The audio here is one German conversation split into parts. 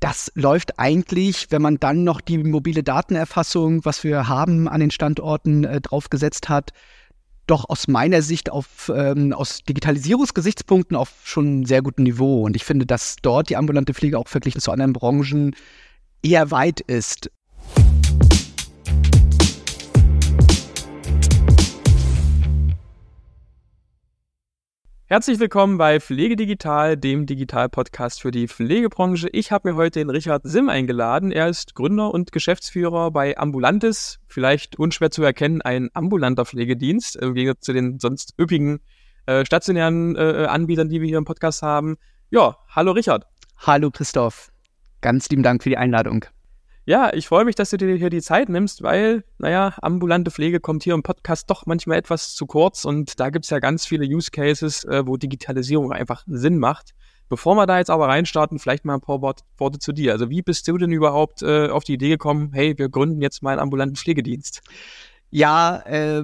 das läuft eigentlich, wenn man dann noch die mobile Datenerfassung, was wir haben an den Standorten, draufgesetzt hat, doch aus meiner Sicht aus Digitalisierungsgesichtspunkten auf schon sehr gutem Niveau. Und ich finde, dass dort die ambulante Pflege auch verglichen zu anderen Branchen eher weit ist. Herzlich willkommen bei Pflege Digital, dem Digital-Podcast für die Pflegebranche. Ich habe mir heute den Richard Simm eingeladen. Er ist Gründer und Geschäftsführer bei Ambulantis, vielleicht unschwer zu erkennen, ein ambulanter Pflegedienst, im Gegensatz zu den sonst üppigen stationären Anbietern, die wir hier im Podcast haben. Ja, hallo Richard. Hallo Christoph, ganz lieben Dank für die Einladung. Ja, ich freue mich, dass du dir hier die Zeit nimmst, weil, ambulante Pflege kommt hier im Podcast doch manchmal etwas zu kurz und da gibt es ja ganz viele Use Cases, wo Digitalisierung einfach Sinn macht. Bevor wir da jetzt aber reinstarten, vielleicht mal ein paar Worte zu dir. Also wie bist du denn überhaupt auf die Idee gekommen, hey, wir gründen jetzt mal einen ambulanten Pflegedienst? Ja,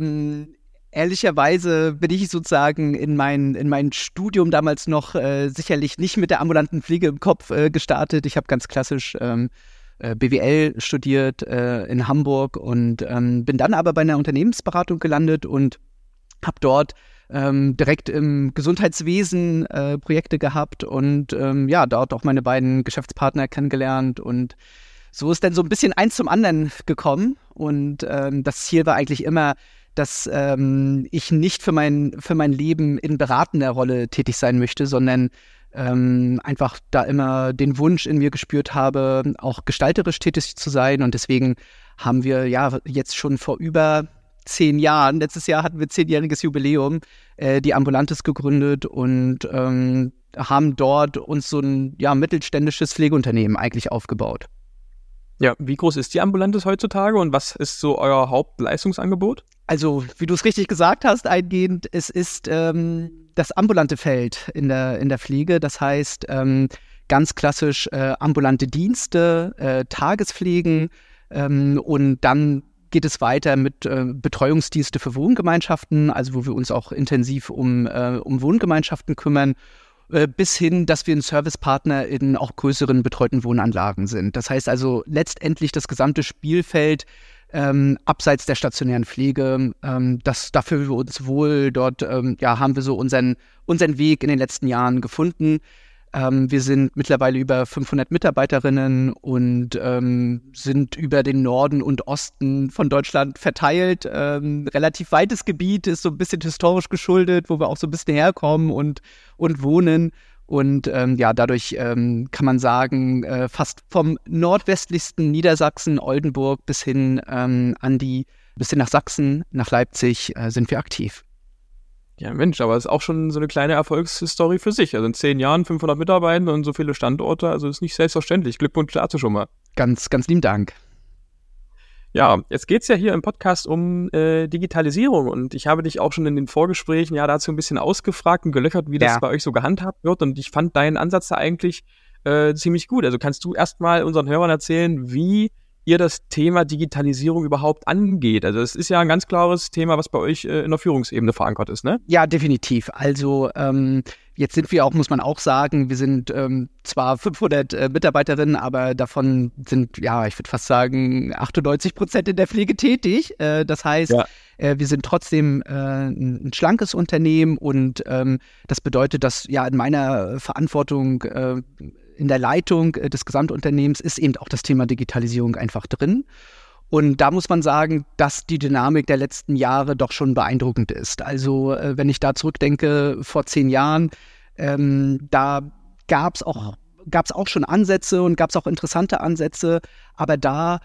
ehrlicherweise bin ich sozusagen in mein Studium damals noch sicherlich nicht mit der ambulanten Pflege im Kopf gestartet. Ich habe ganz klassisch BWL studiert in Hamburg und bin dann aber bei einer Unternehmensberatung gelandet und habe dort direkt im Gesundheitswesen Projekte gehabt und dort auch meine beiden Geschäftspartner kennengelernt und so ist dann so ein bisschen eins zum anderen gekommen und das Ziel war eigentlich immer, dass ich nicht für mein Leben in beratender Rolle tätig sein möchte, sondern einfach da immer den Wunsch in mir gespürt habe, auch gestalterisch tätig zu sein. Und deswegen haben wir ja jetzt schon vor über 10 Jahren, letztes Jahr hatten wir 10-jähriges Jubiläum, die Ambulantis gegründet und haben dort uns so ein mittelständisches Pflegeunternehmen eigentlich aufgebaut. Ja, wie groß ist die Ambulantis heutzutage und was ist so euer Hauptleistungsangebot? Also, wie du es richtig gesagt hast, eingehend, es ist das ambulante Feld in der Pflege. Das heißt, ganz klassisch ambulante Dienste, Tagespflegen und dann geht es weiter mit Betreuungsdienste für Wohngemeinschaften, also wo wir uns auch intensiv um Wohngemeinschaften kümmern, bis hin, dass wir ein Servicepartner in auch größeren betreuten Wohnanlagen sind. Das heißt also letztendlich das gesamte Spielfeld abseits der stationären Pflege, dafür wir uns wohl dort, haben wir so unseren Weg in den letzten Jahren gefunden. Wir sind mittlerweile über 500 Mitarbeiterinnen und sind über den Norden und Osten von Deutschland verteilt. Relativ weites Gebiet, ist so ein bisschen historisch geschuldet, wo wir auch so ein bisschen herkommen und wohnen. Und dadurch kann man sagen, fast vom nordwestlichsten Niedersachsen, Oldenburg, bis hin nach Sachsen, nach Leipzig sind wir aktiv. Ja, Mensch, aber es ist auch schon so eine kleine Erfolgsstory für sich. Also in 10 Jahren 500 Mitarbeiter und so viele Standorte, also ist nicht selbstverständlich. Glückwunsch dazu schon mal. Ganz, ganz lieben Dank. Ja, jetzt geht's ja hier im Podcast um Digitalisierung und ich habe dich auch schon in den Vorgesprächen dazu ein bisschen ausgefragt und gelöchert, wie das bei euch so gehandhabt wird und ich fand deinen Ansatz da eigentlich ziemlich gut. Also kannst du erstmal unseren Hörern erzählen, wie ihr das Thema Digitalisierung überhaupt angeht? Also es ist ja ein ganz klares Thema, was bei euch in der Führungsebene verankert ist, ne? Ja, definitiv. Also jetzt sind wir auch, muss man auch sagen, wir sind zwar 500 Mitarbeiterinnen, aber davon sind, ich würde fast sagen, 98% in der Pflege tätig. Das heißt, wir sind trotzdem ein schlankes Unternehmen und das bedeutet, dass in meiner Verantwortung in der Leitung des Gesamtunternehmens ist eben auch das Thema Digitalisierung einfach drin. Und da muss man sagen, dass die Dynamik der letzten Jahre doch schon beeindruckend ist. Also wenn ich da zurückdenke, vor 10 Jahren, da gab es auch schon Ansätze und gab es auch interessante Ansätze, aber da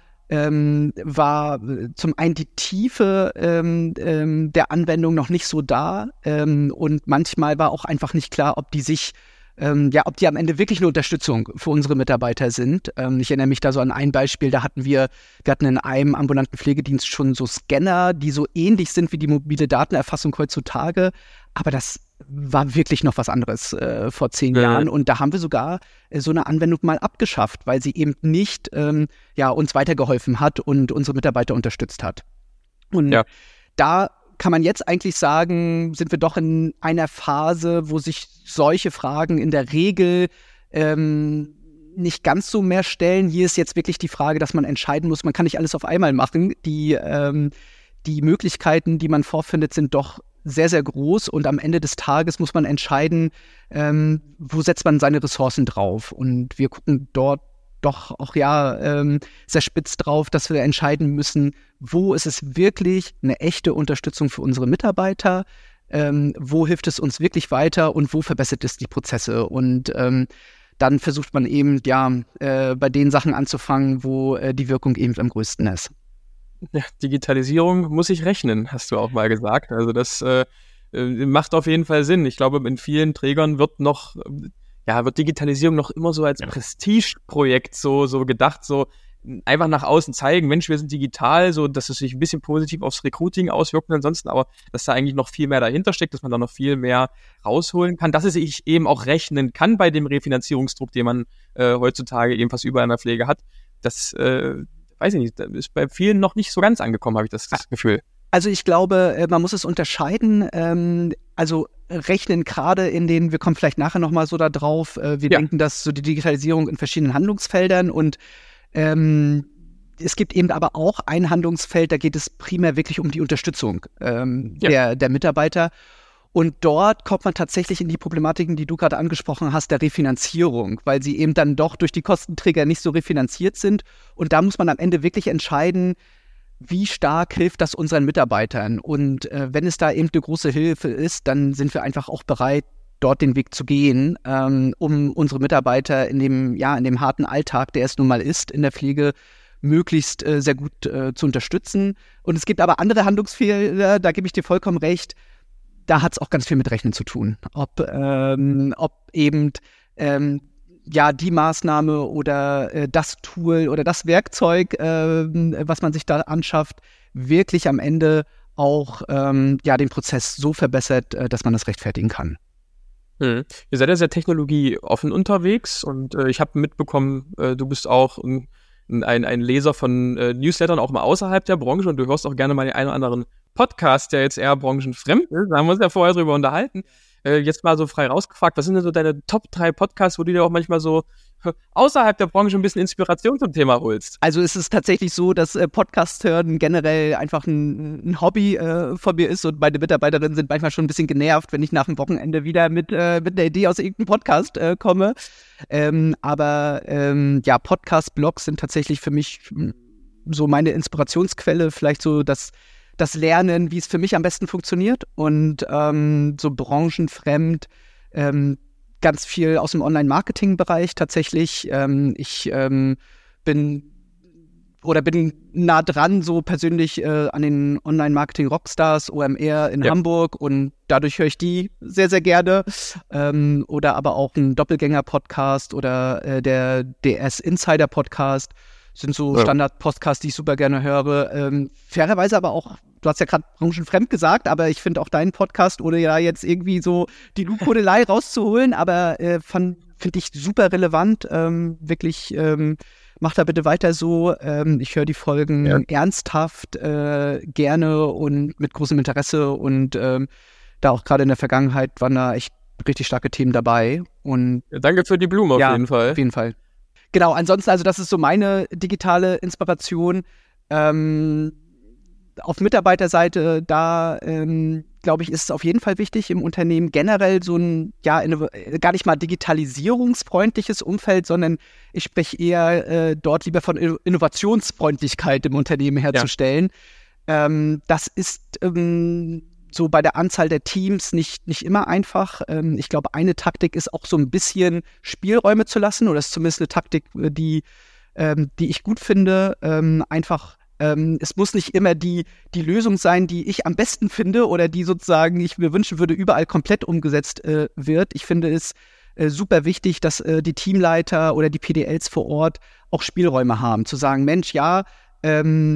war zum einen die Tiefe der Anwendung noch nicht so da und manchmal war auch einfach nicht klar, ob die ob die am Ende wirklich eine Unterstützung für unsere Mitarbeiter sind. Ich erinnere mich da so an ein Beispiel, wir hatten in einem ambulanten Pflegedienst schon so Scanner, die so ähnlich sind wie die mobile Datenerfassung heutzutage, aber das war wirklich noch was anderes vor 10 Jahren und da haben wir sogar so eine Anwendung mal abgeschafft, weil sie eben nicht uns weitergeholfen hat und unsere Mitarbeiter unterstützt hat. Und da kann man jetzt eigentlich sagen, sind wir doch in einer Phase, wo sich solche Fragen in der Regel nicht ganz so mehr Stellen. Hier ist jetzt wirklich die Frage, dass man entscheiden muss, man kann nicht alles auf einmal machen. Die Möglichkeiten, die man vorfindet, sind doch sehr, sehr groß und am Ende des Tages muss man entscheiden, wo setzt man seine Ressourcen drauf. Und wir gucken dort doch auch sehr spitz drauf, dass wir entscheiden müssen, wo ist es wirklich eine echte Unterstützung für unsere Mitarbeiter, wo hilft es uns wirklich weiter und wo verbessert es die Prozesse. Und dann versucht man eben, bei den Sachen anzufangen, wo die Wirkung eben am größten ist. Ja, Digitalisierung muss sich rechnen, hast du auch mal gesagt. Also das macht auf jeden Fall Sinn. Ich glaube, in vielen Trägern wird Digitalisierung noch immer so als Prestigeprojekt so gedacht, so einfach nach außen zeigen, Mensch, wir sind digital, so dass es sich ein bisschen positiv aufs Recruiting auswirkt und ansonsten, aber dass da eigentlich noch viel mehr dahinter steckt, dass man da noch viel mehr rausholen kann, dass es sich eben auch rechnen kann bei dem Refinanzierungsdruck, den man heutzutage eben fast überall in der Pflege hat. Das weiß ich nicht, das ist bei vielen noch nicht so ganz angekommen, habe ich das Gefühl. Also ich glaube, man muss es unterscheiden, also rechnen gerade wir kommen vielleicht nachher nochmal so da drauf, wir denken, dass so die Digitalisierung in verschiedenen Handlungsfeldern und es gibt eben aber auch ein Handlungsfeld, da geht es primär wirklich um die Unterstützung der Mitarbeiter. Und dort kommt man tatsächlich in die Problematiken, die du gerade angesprochen hast, der Refinanzierung, weil sie eben dann doch durch die Kostenträger nicht so refinanziert sind. Und da muss man am Ende wirklich entscheiden, wie stark hilft das unseren Mitarbeitern. Und wenn es da eben eine große Hilfe ist, dann sind wir einfach auch bereit, dort den Weg zu gehen, um unsere Mitarbeiter in dem harten Alltag, der es nun mal ist, in der Pflege, möglichst sehr gut zu unterstützen. Und es gibt aber andere Handlungsfelder, da gebe ich dir vollkommen recht, da hat es auch ganz viel mit Rechnen zu tun. Ob eben die Maßnahme oder das Tool oder das Werkzeug, was man sich da anschafft, wirklich am Ende auch den Prozess so verbessert, dass man das rechtfertigen kann. Ihr seid ja sehr technologieoffen unterwegs und ich habe mitbekommen, du bist auch ein Leser von Newslettern, auch mal außerhalb der Branche und du hörst auch gerne mal den einen oder anderen Podcast, der jetzt eher branchenfremd ist. Da haben wir uns ja vorher drüber unterhalten. Jetzt mal so frei rausgefragt, was sind denn so deine Top 3 Podcasts, wo du dir auch manchmal so außerhalb der Branche ein bisschen Inspiration zum Thema holst? Also es ist tatsächlich so, dass Podcast hören generell einfach ein Hobby von mir ist und meine Mitarbeiterinnen sind manchmal schon ein bisschen genervt, wenn ich nach dem Wochenende wieder mit einer Idee aus irgendeinem Podcast komme. Aber Podcast-Blogs sind tatsächlich für mich so meine Inspirationsquelle, vielleicht so das Lernen, wie es für mich am besten funktioniert und so branchenfremd, ganz viel aus dem Online-Marketing-Bereich tatsächlich. Ich bin nah dran, so persönlich an den Online-Marketing-Rockstars, OMR in Hamburg und dadurch höre ich die sehr, sehr gerne. Oder aber auch ein Doppelgänger-Podcast oder der DS-Insider-Podcast. Sind so Standard-Podcasts, die ich super gerne höre. Fairerweise aber auch, du hast ja gerade branchenfremd gesagt, aber ich finde auch deinen Podcast, ohne ja jetzt irgendwie so die Lobhudelei rauszuholen, aber finde ich super relevant. Wirklich, mach da bitte weiter so. Ich höre die Folgen ernsthaft, gerne und mit großem Interesse und da auch gerade in der Vergangenheit waren da echt richtig starke Themen dabei. Und danke für die Blume auf jeden Fall. Auf jeden Fall. Genau, ansonsten, also das ist so meine digitale Inspiration. Auf Mitarbeiterseite, da glaube ich, ist es auf jeden Fall wichtig im Unternehmen generell so ein, gar nicht mal digitalisierungsfreundliches Umfeld, sondern ich spreche eher dort lieber von Innovationsfreundlichkeit im Unternehmen herzustellen. Das ist so bei der Anzahl der Teams nicht immer einfach. Ich glaube, eine Taktik ist auch so ein bisschen Spielräume zu lassen, oder ist zumindest eine Taktik, die ich gut finde. Es muss nicht immer die Lösung sein, die ich am besten finde oder die sozusagen ich mir wünschen würde, überall komplett umgesetzt wird. Ich finde es super wichtig, dass die Teamleiter oder die PDLs vor Ort auch Spielräume haben, zu sagen, Mensch,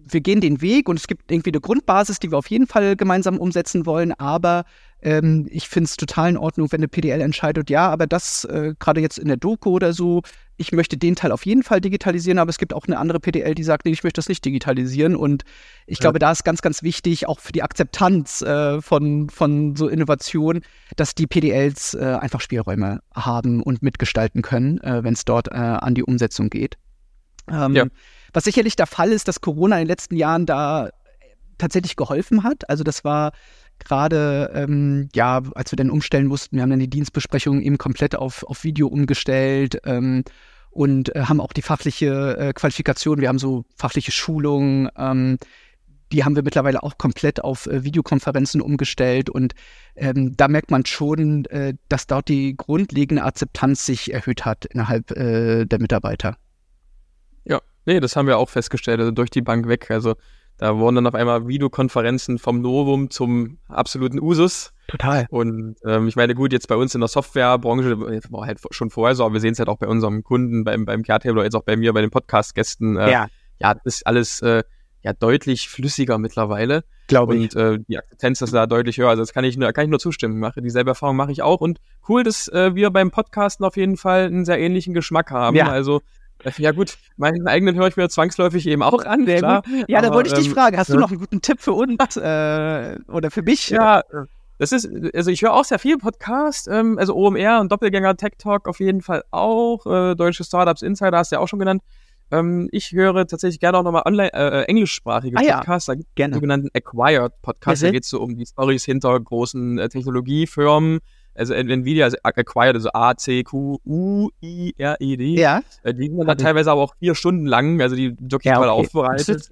wir gehen den Weg und es gibt irgendwie eine Grundbasis, die wir auf jeden Fall gemeinsam umsetzen wollen, aber ich finde es total in Ordnung, wenn eine PDL entscheidet, ja, aber das gerade jetzt in der Doku oder so, ich möchte den Teil auf jeden Fall digitalisieren, aber es gibt auch eine andere PDL, die sagt, nee, ich möchte das nicht digitalisieren. Und ich glaube, da ist ganz, ganz wichtig, auch für die Akzeptanz von so Innovationen, dass die PDLs einfach Spielräume haben und mitgestalten können, wenn es dort an die Umsetzung geht. Was sicherlich der Fall ist, dass Corona in den letzten Jahren da tatsächlich geholfen hat. Also das war gerade, als wir dann umstellen mussten, wir haben dann die Dienstbesprechungen eben komplett auf Video umgestellt und haben auch die fachliche Qualifikation, wir haben so fachliche Schulungen, die haben wir mittlerweile auch komplett auf Videokonferenzen umgestellt und da merkt man schon, dass dort die grundlegende Akzeptanz sich erhöht hat innerhalb der Mitarbeiter. Ja, nee, das haben wir auch festgestellt, also durch die Bank weg, also da wurden dann auf einmal Videokonferenzen vom Novum zum absoluten Usus. Total. Und ich meine, gut, jetzt bei uns in der Softwarebranche, war halt schon vorher so, aber wir sehen es halt auch bei unserem Kunden, beim Care-Table oder jetzt auch bei mir, bei den Podcast-Gästen. Das ist alles deutlich flüssiger mittlerweile. Glaube ich. Und die Akzeptanz ist da deutlich höher. Also das kann ich nur zustimmen. Dieselbe Erfahrung mache ich auch. Und cool, dass wir beim Podcasten auf jeden Fall einen sehr ähnlichen Geschmack haben. Ja. Also ja gut, meinen eigenen höre ich mir zwangsläufig eben auch an. Klar. Ja, aber, da wollte ich dich fragen, hast du noch einen guten Tipp für uns oder für mich? Ja, das ist, also ich höre auch sehr viel Podcast, also OMR und Doppelgänger Tech Talk auf jeden Fall auch, Deutsche Startups Insider hast du ja auch schon genannt. Ich höre tatsächlich gerne auch nochmal online englischsprachige Podcasts, da gibt es den sogenannten Acquired Podcast, da geht es so um die Storys hinter großen Technologiefirmen. Also Nvidia, also Acquired, also A-C-Q-U-I-R-E-D. Ja. Die sind dann teilweise aber auch 4 Stunden lang, also die wirklich toll aufbereitet.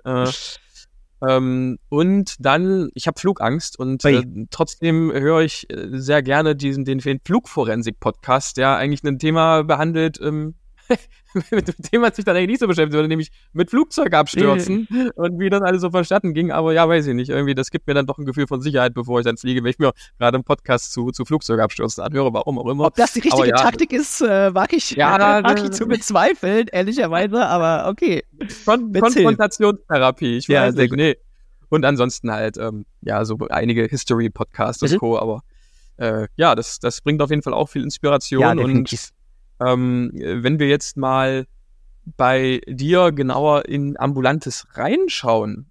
Und dann, ich habe Flugangst und trotzdem höre ich sehr gerne den Flugforensik-Podcast, der eigentlich ein Thema behandelt, mit dem Thema sich dann eigentlich nicht so beschäftigt wurde, nämlich mit Flugzeugabstürzen und wie das alles so vonstatten ging. Aber ja, weiß ich nicht, irgendwie, das gibt mir dann doch ein Gefühl von Sicherheit, bevor ich dann fliege, wenn ich mir gerade einen Podcast zu Flugzeugabstürzen anhöre, warum auch immer. Ob das die richtige Taktik ist, wag ich zu bezweifeln, ehrlicherweise, aber okay. Konfrontationstherapie, ich weiß nicht, nee. Und ansonsten halt, so einige History-Podcasts und Co., aber das bringt auf jeden Fall auch viel Inspiration. Ja, definitiv. Und wenn wir jetzt mal bei dir genauer in Ambulantes reinschauen,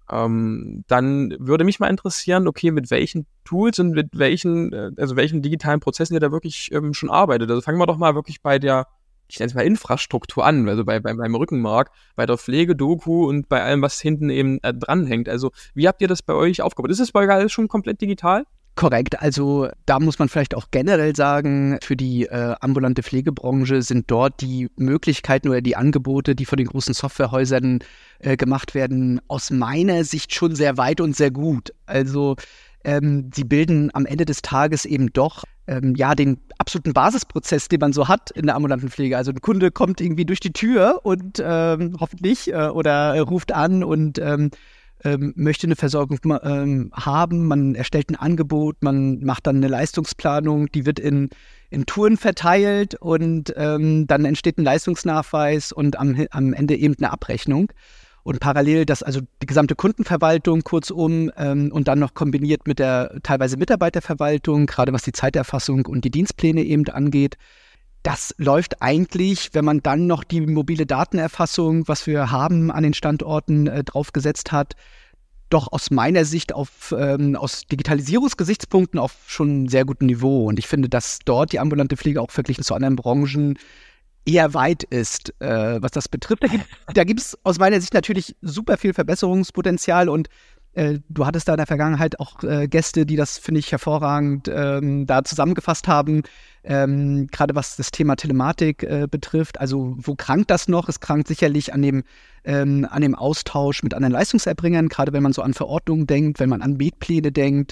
dann würde mich mal interessieren, okay, mit welchen Tools und mit welchen digitalen Prozessen ihr da wirklich schon arbeitet. Also fangen wir doch mal wirklich bei der, ich nenne es mal Infrastruktur an, also beim Rückenmark, bei der Pflegedoku und bei allem, was hinten eben dranhängt. Also wie habt ihr das bei euch aufgebaut? Ist es bei euch alles schon komplett digital? Korrekt, also da muss man vielleicht auch generell sagen, für die ambulante Pflegebranche sind dort die Möglichkeiten oder die Angebote, die von den großen Softwarehäusern gemacht werden, aus meiner Sicht schon sehr weit und sehr gut. Also sie bilden am Ende des Tages eben doch den absoluten Basisprozess, den man so hat in der ambulanten Pflege. Also ein Kunde kommt irgendwie durch die Tür und hoffentlich oder ruft an und möchte eine Versorgung haben, man erstellt ein Angebot, man macht dann eine Leistungsplanung, die wird in Touren verteilt und dann entsteht ein Leistungsnachweis und am Ende eben eine Abrechnung. Und parallel also die gesamte Kundenverwaltung kurzum und dann noch kombiniert mit der teilweise Mitarbeiterverwaltung, gerade was die Zeiterfassung und die Dienstpläne eben angeht. Das läuft eigentlich, wenn man dann noch die mobile Datenerfassung, was wir haben an den Standorten draufgesetzt hat, doch aus meiner Sicht aus Digitalisierungsgesichtspunkten auf schon sehr gutem Niveau. Und ich finde, dass dort die ambulante Pflege auch verglichen zu anderen Branchen eher weit ist, was das betrifft. Da gibt es aus meiner Sicht natürlich super viel Verbesserungspotenzial und du hattest da in der Vergangenheit auch Gäste, die das, finde ich, hervorragend da zusammengefasst haben, gerade was das Thema Telematik betrifft. Also wo krankt das noch? Es krankt sicherlich an dem Austausch mit anderen Leistungserbringern, gerade wenn man so an Verordnungen denkt, wenn man an Metpläne denkt,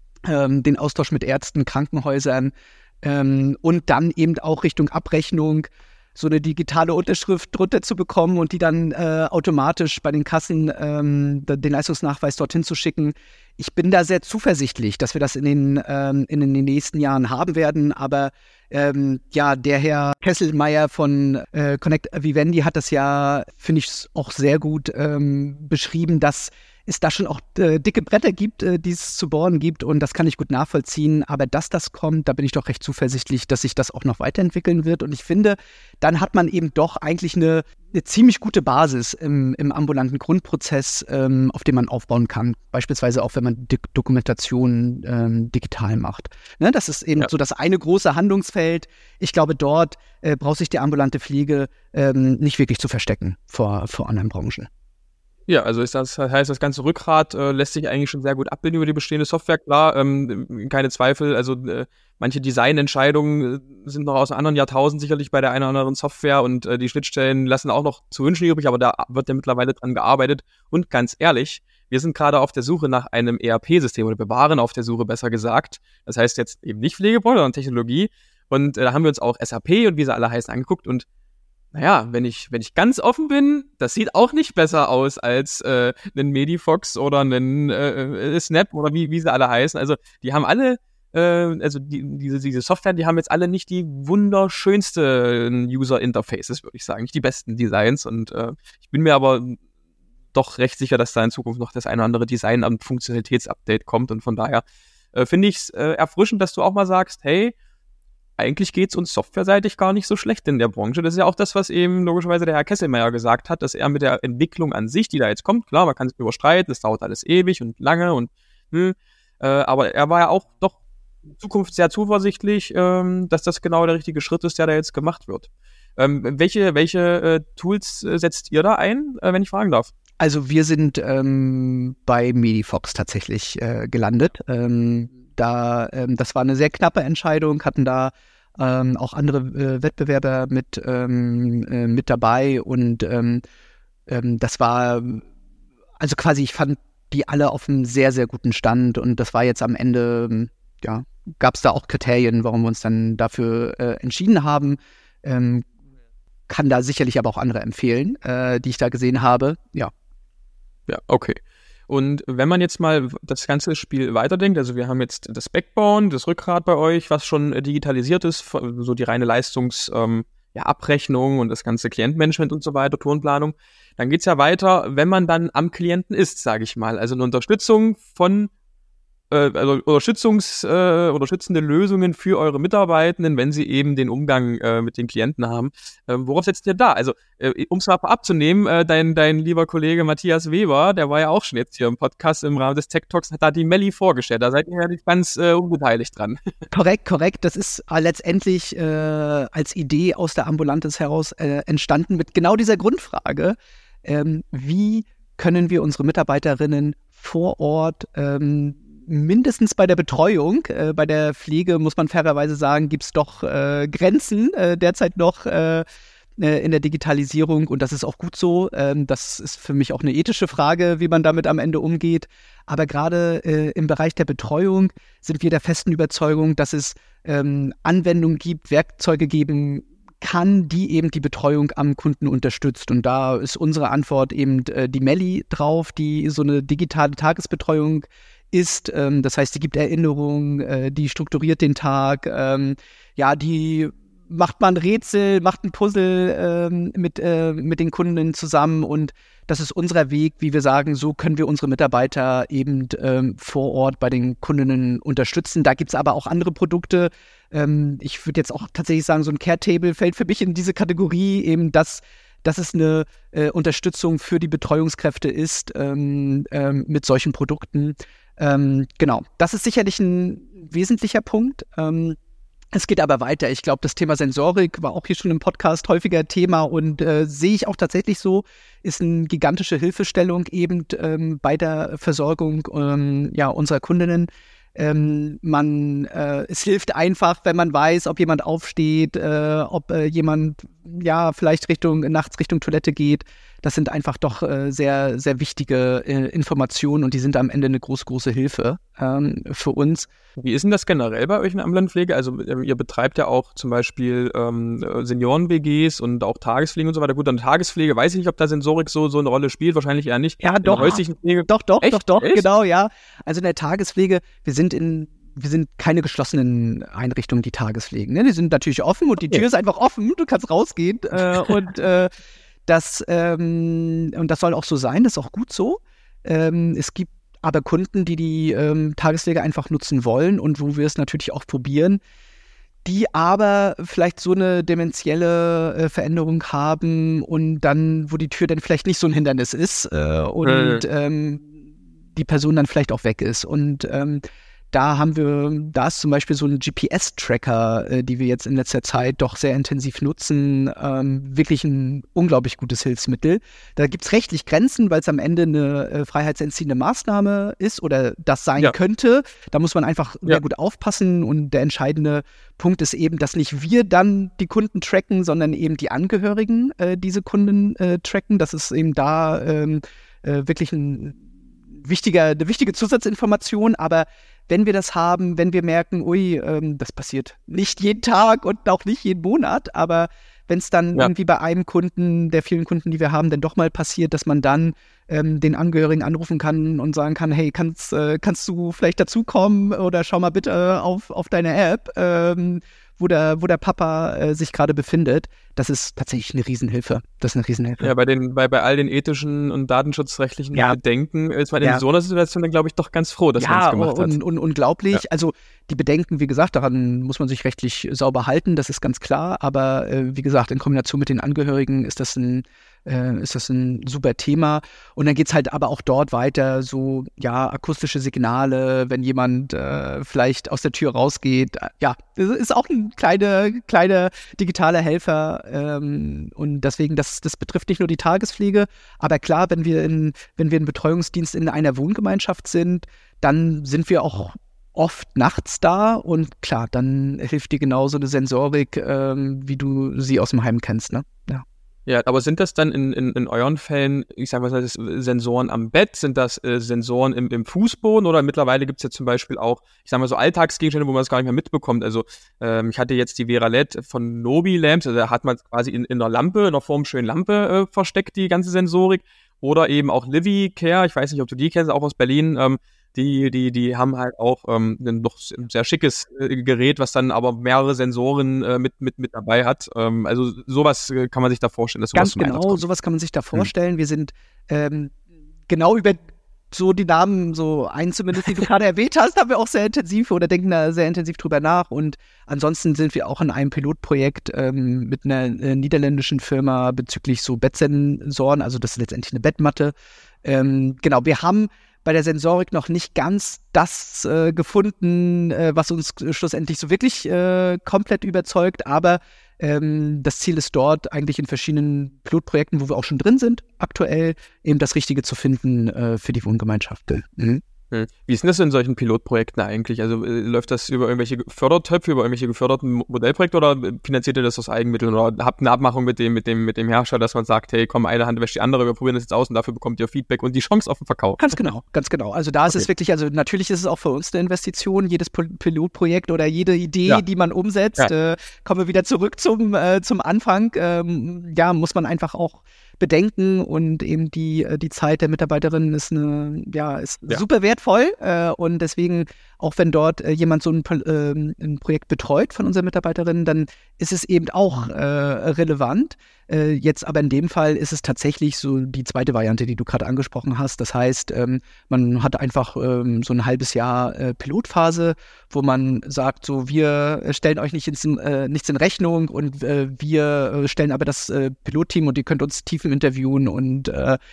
den Austausch mit Ärzten, Krankenhäusern und dann eben auch Richtung Abrechnung, so eine digitale Unterschrift drunter zu bekommen und die dann automatisch bei den Kassen den Leistungsnachweis dorthin zu schicken. Ich bin da sehr zuversichtlich, dass wir das in den nächsten Jahren haben werden, aber der Herr Kesselmeier von Connect Vivendi hat das ja, finde ich, auch sehr gut beschrieben, dass es da schon auch dicke Bretter gibt, die es zu bohren gibt, und das kann ich gut nachvollziehen. Aber dass das kommt, da bin ich doch recht zuversichtlich, dass sich das auch noch weiterentwickeln wird. Und ich finde, dann hat man eben doch eigentlich eine ziemlich gute Basis im ambulanten Grundprozess, auf dem man aufbauen kann. Beispielsweise auch, wenn man Dokumentation digital macht. Ne, das ist eben so das eine große Handlungsfeld. Ich glaube, dort braucht sich die ambulante Pflege nicht wirklich zu verstecken vor anderen Branchen. Ja, also das heißt, das ganze Rückgrat lässt sich eigentlich schon sehr gut abbilden über die bestehende Software. Klar, keine Zweifel, also manche Designentscheidungen sind noch aus einem anderen Jahrtausend sicherlich bei der einen oder anderen Software, und die Schnittstellen lassen auch noch zu wünschen übrig, aber da wird ja mittlerweile dran gearbeitet. Und ganz ehrlich, wir sind gerade auf der Suche nach einem ERP-System, oder wir waren auf der Suche, besser gesagt. Das heißt jetzt eben nicht Pflegebranche, sondern Technologie. Und da haben wir uns auch SAP und wie sie alle heißen angeguckt, und naja, wenn ich ganz offen bin, das sieht auch nicht besser aus als ein Medifox oder ein Snap oder wie sie alle heißen. Also die haben alle, diese Software, die haben jetzt alle nicht die wunderschönsten User-Interfaces, würde ich sagen, nicht die besten Designs. Und ich bin mir aber doch recht sicher, dass da in Zukunft noch das eine oder andere Design- und Funktionalitätsupdate kommt. Und von daher finde ich es erfrischend, dass du auch mal sagst, hey, eigentlich geht's uns softwareseitig gar nicht so schlecht in der Branche. Das ist ja auch das, was eben logischerweise der Herr Kesselmeier gesagt hat, dass er mit der Entwicklung an sich, die da jetzt kommt, klar, man kann sich überstreiten, das dauert alles ewig und lange und aber er war ja auch doch in Zukunft sehr zuversichtlich, dass das genau der richtige Schritt ist, der da jetzt gemacht wird. Welche Tools setzt ihr da ein, wenn ich fragen darf? Also wir sind bei Medifox tatsächlich gelandet. Das war eine sehr knappe Entscheidung, hatten da auch andere Wettbewerber mit dabei, und das war, also quasi, ich fand die alle auf einem sehr, sehr guten Stand, und das war jetzt am Ende, gab es da auch Kriterien, warum wir uns dann dafür entschieden haben. Kann da sicherlich aber auch andere empfehlen, die ich da gesehen habe, ja. Ja, okay. Und wenn man jetzt mal das ganze Spiel weiterdenkt, also wir haben jetzt das Backbone, das Rückgrat bei euch, was schon digitalisiert ist, so die reine Abrechnung und das ganze Klientenmanagement und so weiter, Tourenplanung, dann geht's ja weiter, wenn man dann am Klienten ist, sage ich mal. Also eine Unterstützung von unterstützende Lösungen für eure Mitarbeitenden, wenn sie eben den Umgang mit den Klienten haben. Worauf setzt ihr da? Also, um es mal abzunehmen, dein lieber Kollege Matthias Weber, der war ja auch schon jetzt hier im Podcast im Rahmen des Tech Talks, hat da die Melli vorgestellt. Da seid ihr ja nicht ganz unbeteiligt dran. Korrekt. Das ist letztendlich als Idee aus der Ambulantes heraus entstanden mit genau dieser Grundfrage. Wie können wir unsere Mitarbeiterinnen vor Ort mindestens bei der Betreuung, bei der Pflege, muss man fairerweise sagen, gibt es doch Grenzen derzeit noch in der Digitalisierung, und das ist auch gut so. Das ist für mich auch eine ethische Frage, wie man damit am Ende umgeht. Aber gerade im Bereich der Betreuung sind wir der festen Überzeugung, dass es Anwendungen gibt, Werkzeuge geben kann, die eben die Betreuung am Kunden unterstützt. Und da ist unsere Antwort eben die Melli drauf, die so eine digitale Tagesbetreuung ist. Das heißt, die gibt Erinnerungen, die strukturiert den Tag, die macht mal ein Rätsel, macht ein Puzzle mit den Kundinnen zusammen, und das ist unser Weg, wie wir sagen, so können wir unsere Mitarbeiter eben vor Ort bei den Kundinnen unterstützen. Da gibt's aber auch andere Produkte. Ich würde jetzt auch tatsächlich sagen, so ein Care-Table fällt für mich in diese Kategorie, eben dass es eine Unterstützung für die Betreuungskräfte ist mit solchen Produkten. Genau, das ist sicherlich ein wesentlicher Punkt. Es geht aber weiter. Ich glaube, das Thema Sensorik war auch hier schon im Podcast häufiger Thema, und sehe ich auch tatsächlich so, ist eine gigantische Hilfestellung eben bei der Versorgung unserer Kundinnen. Es hilft einfach, wenn man weiß, ob jemand aufsteht, ob jemand vielleicht nachts Richtung Toilette geht. Das sind einfach doch sehr, sehr wichtige Informationen und die sind am Ende eine große, große Hilfe für uns. Wie ist denn das generell bei euch in der ambulanten Pflege? Also ihr betreibt ja auch zum Beispiel Senioren-WGs und auch Tagespflege und so weiter. Gut, an Tagespflege weiß ich nicht, ob da Sensorik so eine Rolle spielt, wahrscheinlich eher nicht. Ja, doch. In der häuslichen Pflege. Doch, Echt? genau, ja. Also in der Tagespflege, wir sind keine geschlossenen Einrichtungen, die Tagespflegen. Ne? Die sind natürlich offen und die Tür ist einfach offen. Du kannst rausgehen und das soll auch so sein. Das ist auch gut so. Es gibt aber Kunden, die Tagespflege einfach nutzen wollen und wo wir es natürlich auch probieren, die aber vielleicht so eine dementielle Veränderung haben und dann, wo die Tür dann vielleicht nicht so ein Hindernis ist und die Person dann vielleicht auch weg ist. Und da ist zum Beispiel so ein GPS-Tracker, die wir jetzt in letzter Zeit doch sehr intensiv nutzen, wirklich ein unglaublich gutes Hilfsmittel. Da gibt es rechtlich Grenzen, weil es am Ende eine freiheitsentziehende Maßnahme ist oder das sein könnte. Da muss man einfach sehr gut aufpassen und der entscheidende Punkt ist eben, dass nicht wir dann die Kunden tracken, sondern eben die Angehörigen diese Kunden tracken. Das ist eben da wirklich eine wichtige Zusatzinformation, aber wenn wir das haben, wenn wir merken, das passiert nicht jeden Tag und auch nicht jeden Monat, aber wenn es dann irgendwie bei einem Kunden, der vielen Kunden, die wir haben, dann doch mal passiert, dass man dann den Angehörigen anrufen kann und sagen kann, hey, kannst du vielleicht dazukommen oder schau mal bitte auf deine App, wo der Papa sich gerade befindet. Das ist tatsächlich eine Riesenhilfe. Ja, bei all den ethischen und datenschutzrechtlichen Bedenken ist man in so einer Situation dann, glaube ich, doch ganz froh, dass man es gemacht hat. Und unglaublich. Ja. Also die Bedenken, wie gesagt, daran muss man sich rechtlich sauber halten, das ist ganz klar. Aber wie gesagt, in Kombination mit den Angehörigen ist das ein super Thema. Und dann geht's halt aber auch dort weiter, so, akustische Signale, wenn jemand vielleicht aus der Tür rausgeht. Das ist auch ein kleiner digitaler Helfer. Und deswegen, das betrifft nicht nur die Tagespflege. Aber klar, wenn wir ein Betreuungsdienst in einer Wohngemeinschaft sind, dann sind wir auch oft nachts da und klar, dann hilft dir genauso eine Sensorik, wie du sie aus dem Heim kennst, ne? Ja. Ja, aber sind das dann in euren Fällen, ich sag mal, sind das Sensoren am Bett, sind das Sensoren im Fußboden oder mittlerweile gibt's ja zum Beispiel auch, ich sag mal so Alltagsgegenstände, wo man es gar nicht mehr mitbekommt. Also ich hatte jetzt die Vera LED von Nobi Lamps, also da hat man quasi in einer Lampe, in einer formschönen Lampe versteckt, die ganze Sensorik. Oder eben auch Livy Care, ich weiß nicht, ob du die kennst, auch aus Berlin, die haben halt auch ein noch sehr schickes Gerät, was dann aber mehrere Sensoren mit dabei hat. Also sowas kann man sich da vorstellen. Dass sowas ganz genau, sowas kann man sich da vorstellen. Wir sind genau über so die Namen, so einen zumindest, die du gerade erwähnt hast, haben wir auch sehr intensiv oder denken da sehr intensiv drüber nach. Und ansonsten sind wir auch in einem Pilotprojekt mit einer niederländischen Firma bezüglich so Bettsensoren, also das ist letztendlich eine Bettmatte. Genau, wir haben bei der Sensorik noch nicht ganz das gefunden, was uns schlussendlich so wirklich komplett überzeugt, aber das Ziel ist dort eigentlich in verschiedenen Pilotprojekten, wo wir auch schon drin sind, aktuell eben das Richtige zu finden für die Wohngemeinschaft. Mhm. Wie ist denn das in solchen Pilotprojekten eigentlich? Also läuft das über irgendwelche Fördertöpfe, über irgendwelche geförderten Modellprojekte oder finanziert ihr das aus Eigenmitteln oder habt eine Abmachung mit dem Herrscher, dass man sagt, hey, komm, eine Hand wäscht die andere, wir probieren das jetzt aus und dafür bekommt ihr Feedback und die Chance auf den Verkauf? Ganz genau. Also da ist es wirklich, also natürlich ist es auch für uns eine Investition, jedes Pilotprojekt oder jede Idee, die man umsetzt. Kommen wir wieder zurück zum Anfang. Muss man einfach auch bedenken und eben die Zeit der Mitarbeiterin ist super wertvoll und deswegen, auch wenn dort jemand so ein Projekt betreut von unseren Mitarbeiterinnen, dann ist es eben auch relevant. Jetzt aber in dem Fall ist es tatsächlich so die zweite Variante, die du gerade angesprochen hast. Das heißt, man hat einfach so ein halbes Jahr Pilotphase, wo man sagt, so wir stellen euch nichts in Rechnung und wir stellen aber das Pilotteam und ihr könnt uns tief interviewen und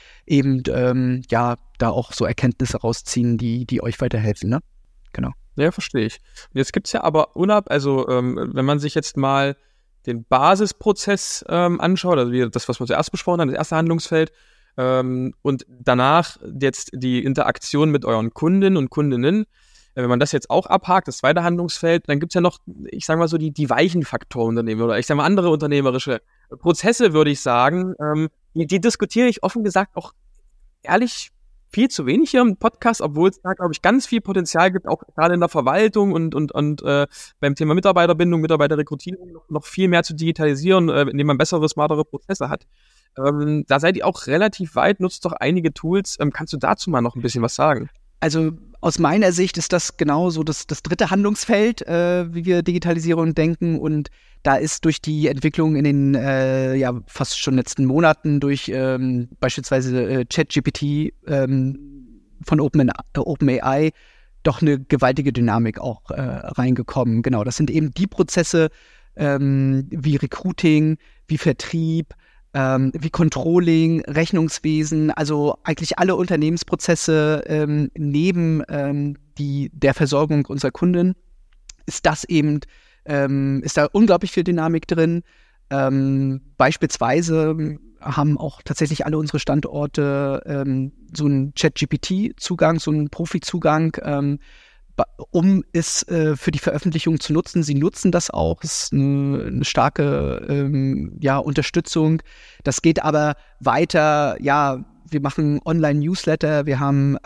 da auch so Erkenntnisse rausziehen, die euch weiterhelfen, ne? Genau. Ja, verstehe ich. Und jetzt gibt's ja aber wenn man sich jetzt mal den Basisprozess anschaut, also das, was wir zuerst besprochen haben, das erste Handlungsfeld, und danach jetzt die Interaktion mit euren Kunden und Kundinnen, wenn man das jetzt auch abhakt, das zweite Handlungsfeld, dann gibt's ja noch, ich sage mal so, die weichen Faktoren daneben oder ich sage mal andere unternehmerische Prozesse, würde ich sagen, die diskutiere ich offen gesagt auch ehrlich viel zu wenig hier im Podcast, obwohl es da, glaube ich, ganz viel Potenzial gibt, auch gerade in der Verwaltung und beim Thema Mitarbeiterbindung, Mitarbeiterrekrutierung noch viel mehr zu digitalisieren, indem man bessere, smartere Prozesse hat. Da seid ihr auch relativ weit, nutzt doch einige Tools. Kannst du dazu mal noch ein bisschen was sagen? Also aus meiner Sicht ist das genau so das dritte Handlungsfeld, wie wir Digitalisierung denken. Und da ist durch die Entwicklung in den fast schon letzten Monaten durch beispielsweise ChatGPT von OpenAI doch eine gewaltige Dynamik auch reingekommen. Genau, das sind eben die Prozesse wie Recruiting, wie Vertrieb, wie Controlling, Rechnungswesen, also eigentlich alle Unternehmensprozesse neben der Versorgung unserer Kunden, ist da unglaublich viel Dynamik drin. Beispielsweise haben auch tatsächlich alle unsere Standorte so einen ChatGPT-Zugang, so einen Profi-Zugang, um es für die Veröffentlichung zu nutzen. Sie nutzen das auch. Es ist eine starke Unterstützung. Das geht aber weiter. Ja, wir machen Online-Newsletter, wir haben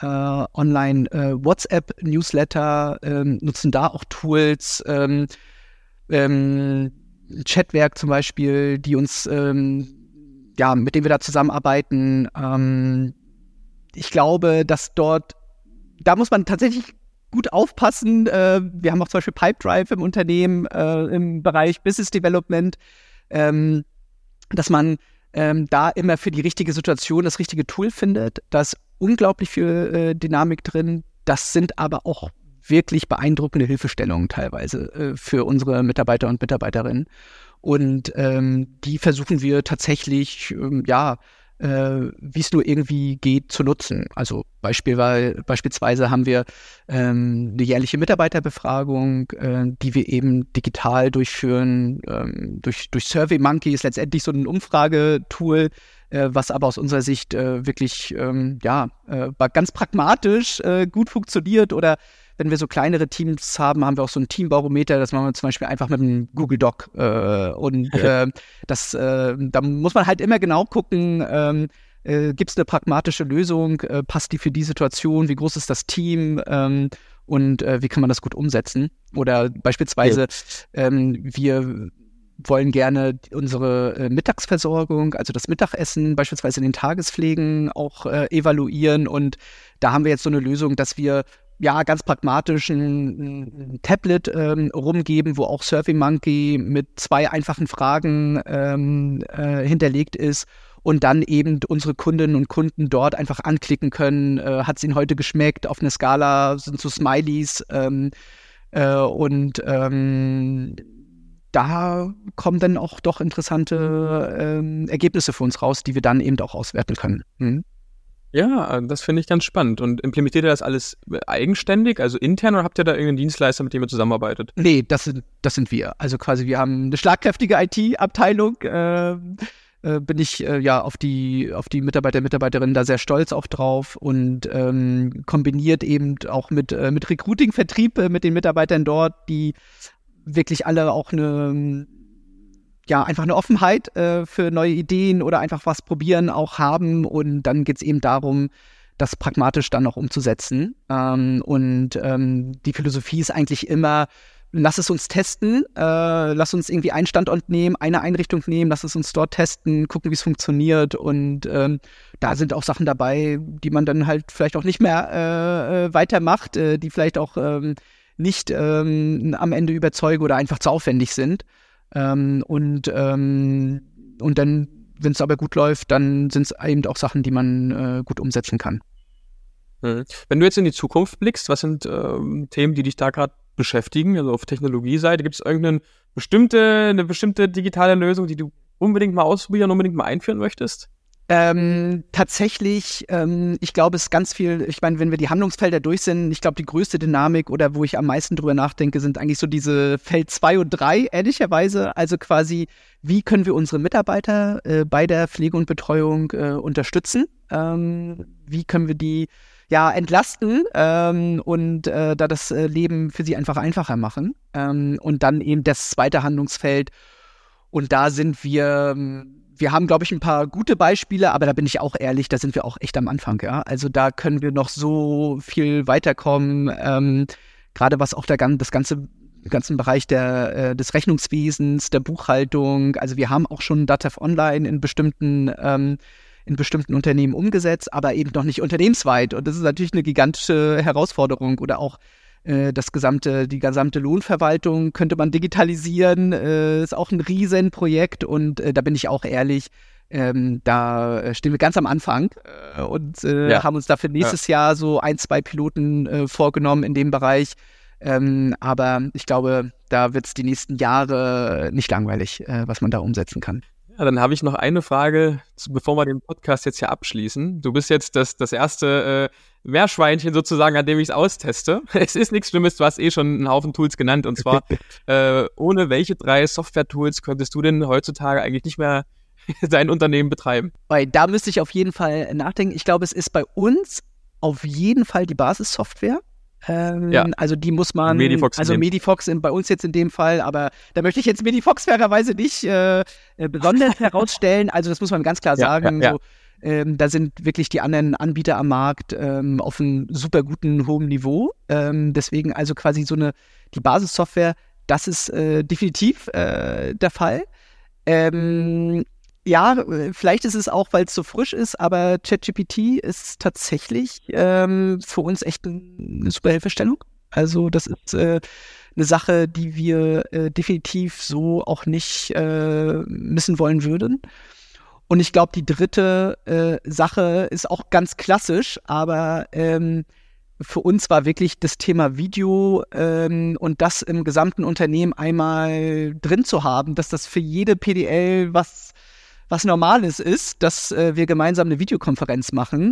Online-WhatsApp-Newsletter, nutzen da auch Tools, Chatwerk zum Beispiel, die uns mit denen wir da zusammenarbeiten. Ich glaube, dass da muss man tatsächlich gut aufpassen. Wir haben auch zum Beispiel Pipedrive im Unternehmen im Bereich Business Development, dass man da immer für die richtige Situation das richtige Tool findet. Da ist unglaublich viel Dynamik drin. Das sind aber auch wirklich beeindruckende Hilfestellungen teilweise für unsere Mitarbeiter und Mitarbeiterinnen. Und die versuchen wir tatsächlich, wie es nur irgendwie geht, zu nutzen. Also beispielsweise haben wir eine jährliche Mitarbeiterbefragung, die wir eben digital durchführen. Durch SurveyMonkey ist letztendlich so ein Umfragetool, was aber aus unserer Sicht wirklich ganz pragmatisch gut funktioniert. Oder wenn wir so kleinere Teams haben, haben wir auch so ein Teambarometer, das machen wir zum Beispiel einfach mit einem Google Doc. Da muss man halt immer genau gucken, gibt es eine pragmatische Lösung, passt die für die Situation, wie groß ist das Team und wie kann man das gut umsetzen? Oder beispielsweise, wir wollen gerne unsere Mittagsversorgung, also das Mittagessen beispielsweise in den Tagespflegen auch evaluieren. Und da haben wir jetzt so eine Lösung, dass wir ganz pragmatisch ein Tablet rumgeben, wo auch SurveyMonkey mit 2 einfachen Fragen hinterlegt ist und dann eben unsere Kundinnen und Kunden dort einfach anklicken können. Hat es ihnen heute geschmeckt? Auf einer Skala sind so Smileys da kommen dann auch doch interessante Ergebnisse für uns raus, die wir dann eben auch auswerten können. Ja, das finde ich ganz spannend. Und implementiert ihr das alles eigenständig, also intern, oder habt ihr da irgendeinen Dienstleister, mit dem ihr zusammenarbeitet? Nee, das sind wir. Also quasi, wir haben eine schlagkräftige IT-Abteilung. Bin ich auf die Mitarbeiterinnen da sehr stolz auch drauf und kombiniert eben auch mit Recruiting, Vertrieb, mit den Mitarbeitern dort, die wirklich alle auch einfach eine Offenheit für neue Ideen oder einfach was probieren auch haben. Und dann geht es eben darum, das pragmatisch dann auch umzusetzen. Die Philosophie ist eigentlich immer, lass es uns testen, lass uns irgendwie einen Standort nehmen, eine Einrichtung nehmen, lass es uns dort testen, gucken, wie es funktioniert. Und da sind auch Sachen dabei, die man dann halt vielleicht auch nicht mehr weitermacht, die vielleicht auch nicht am Ende überzeugen oder einfach zu aufwendig sind. Und dann, wenn es aber gut läuft, dann sind es eben auch Sachen, die man gut umsetzen kann. Wenn du jetzt in die Zukunft blickst, was sind Themen, die dich da gerade beschäftigen? Also auf Technologieseite, gibt es eine bestimmte digitale Lösung, die du unbedingt mal ausprobieren, unbedingt mal einführen möchtest? Tatsächlich, ich glaube, es ist ganz viel, ich meine, wenn wir die Handlungsfelder durch sind, ich glaube, die größte Dynamik oder wo ich am meisten drüber nachdenke, sind eigentlich so diese Feld 2 und 3, ehrlicherweise. Also quasi, wie können wir unsere Mitarbeiter bei der Pflege und Betreuung unterstützen? Wie können wir die entlasten und da das Leben für sie einfach einfacher machen? Und dann eben das zweite Handlungsfeld, Und da sind wir haben, glaube ich, ein paar gute Beispiele, aber da bin ich auch ehrlich, da sind wir auch echt am Anfang, ja. Also da können wir noch so viel weiterkommen, gerade was auch das ganzen Bereich des Rechnungswesens, der Buchhaltung. Also wir haben auch schon Datev Online in bestimmten Unternehmen umgesetzt, aber eben noch nicht unternehmensweit. Und das ist natürlich eine gigantische Herausforderung. Oder auch die gesamte Lohnverwaltung könnte man digitalisieren. Ist auch ein Riesenprojekt. Und da bin ich auch ehrlich, da stehen wir ganz am Anfang und haben uns dafür nächstes Jahr so 1-2 Piloten vorgenommen in dem Bereich. Aber ich glaube, da wird es die nächsten Jahre nicht langweilig, was man da umsetzen kann. Ja, dann habe ich noch eine Frage, bevor wir den Podcast jetzt hier abschließen. Du bist jetzt das erste Meerschweinchen sozusagen, an dem ich es austeste. Es ist nichts Schlimmes, du hast schon einen Haufen Tools genannt. Und zwar, ohne welche 3 Software-Tools könntest du denn heutzutage eigentlich nicht mehr dein Unternehmen betreiben? Weil da müsste ich auf jeden Fall nachdenken. Ich glaube, es ist bei uns auf jeden Fall die Basissoftware. Also die muss man, Medifox bei uns jetzt in dem Fall, aber da möchte ich jetzt Medifox fairerweise nicht besonders herausstellen. Also das muss man ganz klar sagen. So, da sind wirklich die anderen Anbieter am Markt auf einem super guten, hohen Niveau. Deswegen also quasi die Basissoftware, das ist definitiv der Fall. Ja, vielleicht ist es auch, weil es so frisch ist, aber ChatGPT ist tatsächlich für uns echt eine super Hilfestellung. Also das ist eine Sache, die wir definitiv so auch nicht missen wollen würden. Und ich glaube, die dritte Sache ist auch ganz klassisch, aber für uns war wirklich das Thema Video und das im gesamten Unternehmen einmal drin zu haben, dass das für jede PDL was Normales ist, dass wir gemeinsam eine Videokonferenz machen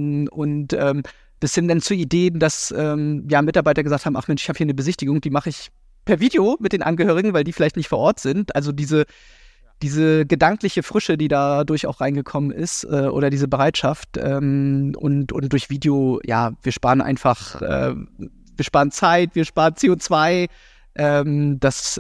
bis hin dann zu Ideen, dass Mitarbeiter gesagt haben, ach Mensch, ich habe hier eine Besichtigung, die mache ich per Video mit den Angehörigen, weil die vielleicht nicht vor Ort sind. Also diese gedankliche Frische, die dadurch auch reingekommen ist oder diese Bereitschaft und durch Video, ja, wir sparen einfach, wir sparen Zeit, wir sparen CO2, das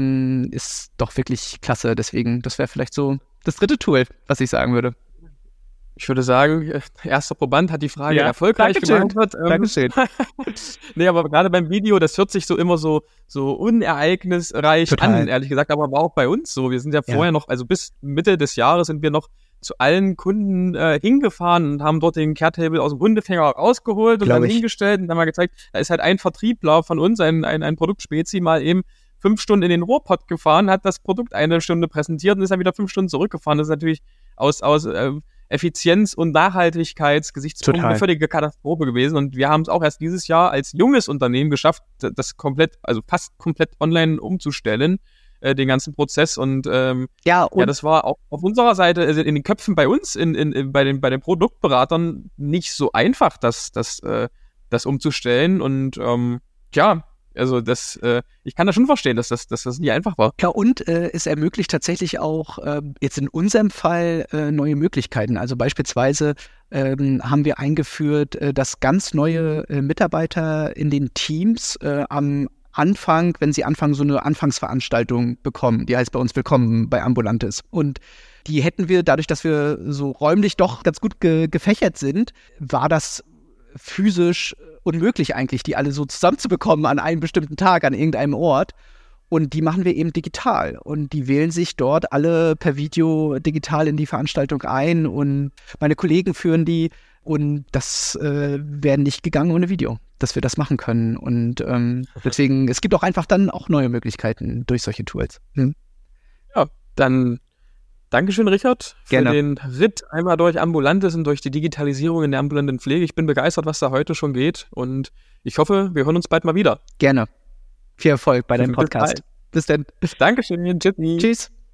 ist doch wirklich klasse. Deswegen, das wäre vielleicht so das dritte Tool, was ich sagen würde. Ich würde sagen, erster Proband hat die Frage erfolgreich beantwortet. Dankeschön. Nee, aber gerade beim Video, das hört sich so immer so unereignisreich an, ehrlich gesagt, aber war auch bei uns so. Wir sind ja vorher noch, also bis Mitte des Jahres sind wir noch zu allen Kunden hingefahren und haben dort den Care-Table aus dem Hundefänger rausgeholt und dann hingestellt und dann mal gezeigt, da ist halt ein Vertriebler von uns, ein Produktspezi, mal eben 5 Stunden in den Rohrpott gefahren, hat das Produkt 1 Stunde präsentiert und ist dann wieder 5 Stunden zurückgefahren. Das ist natürlich aus Effizienz- und Nachhaltigkeitsgesichtspunkten eine völlige Katastrophe gewesen. Und wir haben es auch erst dieses Jahr als junges Unternehmen geschafft, das fast komplett online umzustellen, den ganzen Prozess. Und das war auch auf unserer Seite, also in den Köpfen bei uns, bei den Produktberatern nicht so einfach, das umzustellen. Und also ich kann das schon verstehen, dass das nie einfach war. Ja, und es ermöglicht tatsächlich auch jetzt in unserem Fall neue Möglichkeiten. Also beispielsweise haben wir eingeführt, dass ganz neue Mitarbeiter in den Teams am Anfang, wenn sie anfangen, so eine Anfangsveranstaltung bekommen. Die heißt bei uns Willkommen bei Ambulantes. Und die hätten wir, dadurch, dass wir so räumlich doch ganz gut gefächert sind, war das physisch unmöglich eigentlich, die alle so zusammenzubekommen an einem bestimmten Tag, an irgendeinem Ort. Und die machen wir eben digital. Und die wählen sich dort alle per Video digital in die Veranstaltung ein. Und meine Kollegen führen die. Und das wäre nicht gegangen ohne Video, dass wir das machen können. Und deswegen, es gibt auch einfach dann auch neue Möglichkeiten durch solche Tools. Ja, dann Dankeschön, Richard, für den Ritt einmal durch Ambulantes und durch die Digitalisierung in der ambulanten Pflege. Ich bin begeistert, was da heute schon geht und ich hoffe, wir hören uns bald mal wieder. Gerne. Viel Erfolg bei deinem Podcast. Bis dann. Dankeschön. Tschüss.